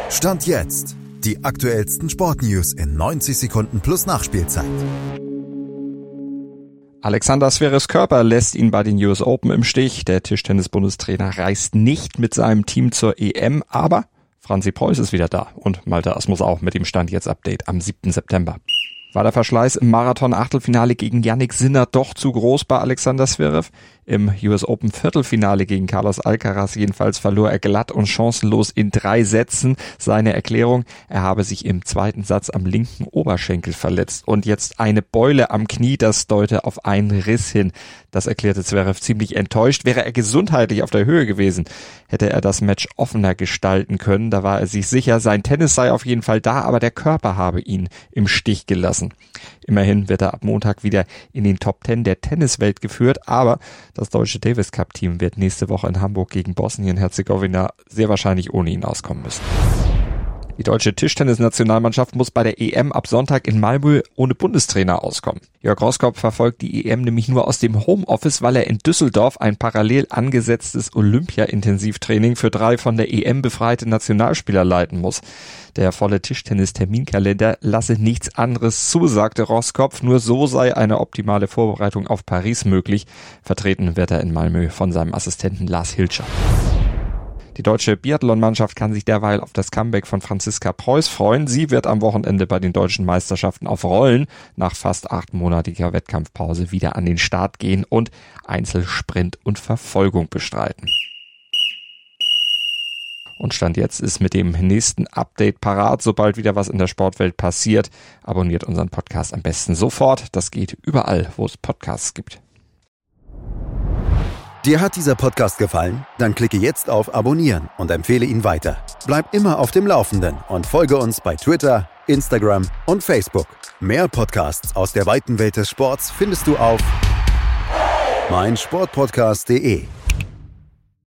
Stand jetzt. Die aktuellsten Sportnews in 90 Sekunden plus Nachspielzeit. Alexander Zverevs Körper lässt ihn bei den US Open im Stich. Der Tischtennis-Bundestrainer reist nicht mit seinem Team zur EM, aber Franzi Preuß ist wieder da und Malte Asmus auch mit dem Stand jetzt Update am 7. September. War der Verschleiß im Marathon-Achtelfinale gegen Jannik Sinner doch zu groß bei Alexander Zverev? Im US Open Viertelfinale gegen Carlos Alcaraz jedenfalls verlor er glatt und chancenlos in 3 Sätzen. Seine Erklärung, er habe sich im zweiten Satz am linken Oberschenkel verletzt und jetzt eine Beule am Knie, das deute auf einen Riss hin. Das erklärte Zverev ziemlich enttäuscht. Wäre er gesundheitlich auf der Höhe gewesen, hätte er das Match offener gestalten können. Da war er sich sicher, sein Tennis sei auf jeden Fall da, aber der Körper habe ihn im Stich gelassen. Immerhin wird er ab Montag wieder in den Top 10 der Tenniswelt geführt, aber das deutsche Davis Cup Team wird nächste Woche in Hamburg gegen Bosnien-Herzegowina sehr wahrscheinlich ohne ihn auskommen müssen. Die deutsche Tischtennis-Nationalmannschaft muss bei der EM ab Sonntag in Malmö ohne Bundestrainer auskommen. Jörg Roskopf verfolgt die EM nämlich nur aus dem Homeoffice, weil er in Düsseldorf ein parallel angesetztes Olympia-Intensivtraining für 3 von der EM befreite Nationalspieler leiten muss. Der volle Tischtennis-Terminkalender lasse nichts anderes zu, sagte Roskopf. Nur so sei eine optimale Vorbereitung auf Paris möglich. Vertreten wird er in Malmö von seinem Assistenten Lars Hilscher. Die deutsche Biathlon-Mannschaft kann sich derweil auf das Comeback von Franziska Preuß freuen. Sie wird am Wochenende bei den deutschen Meisterschaften auf Rollen nach fast 8-monatiger Wettkampfpause wieder an den Start gehen und Einzelsprint und Verfolgung bestreiten. Und Stand jetzt ist mit dem nächsten Update parat. Sobald wieder was in der Sportwelt passiert, abonniert unseren Podcast am besten sofort. Das geht überall, wo es Podcasts gibt. Dir hat dieser Podcast gefallen? Dann klicke jetzt auf Abonnieren und empfehle ihn weiter. Bleib immer auf dem Laufenden und folge uns bei Twitter, Instagram und Facebook. Mehr Podcasts aus der weiten Welt des Sports findest du auf meinsportpodcast.de.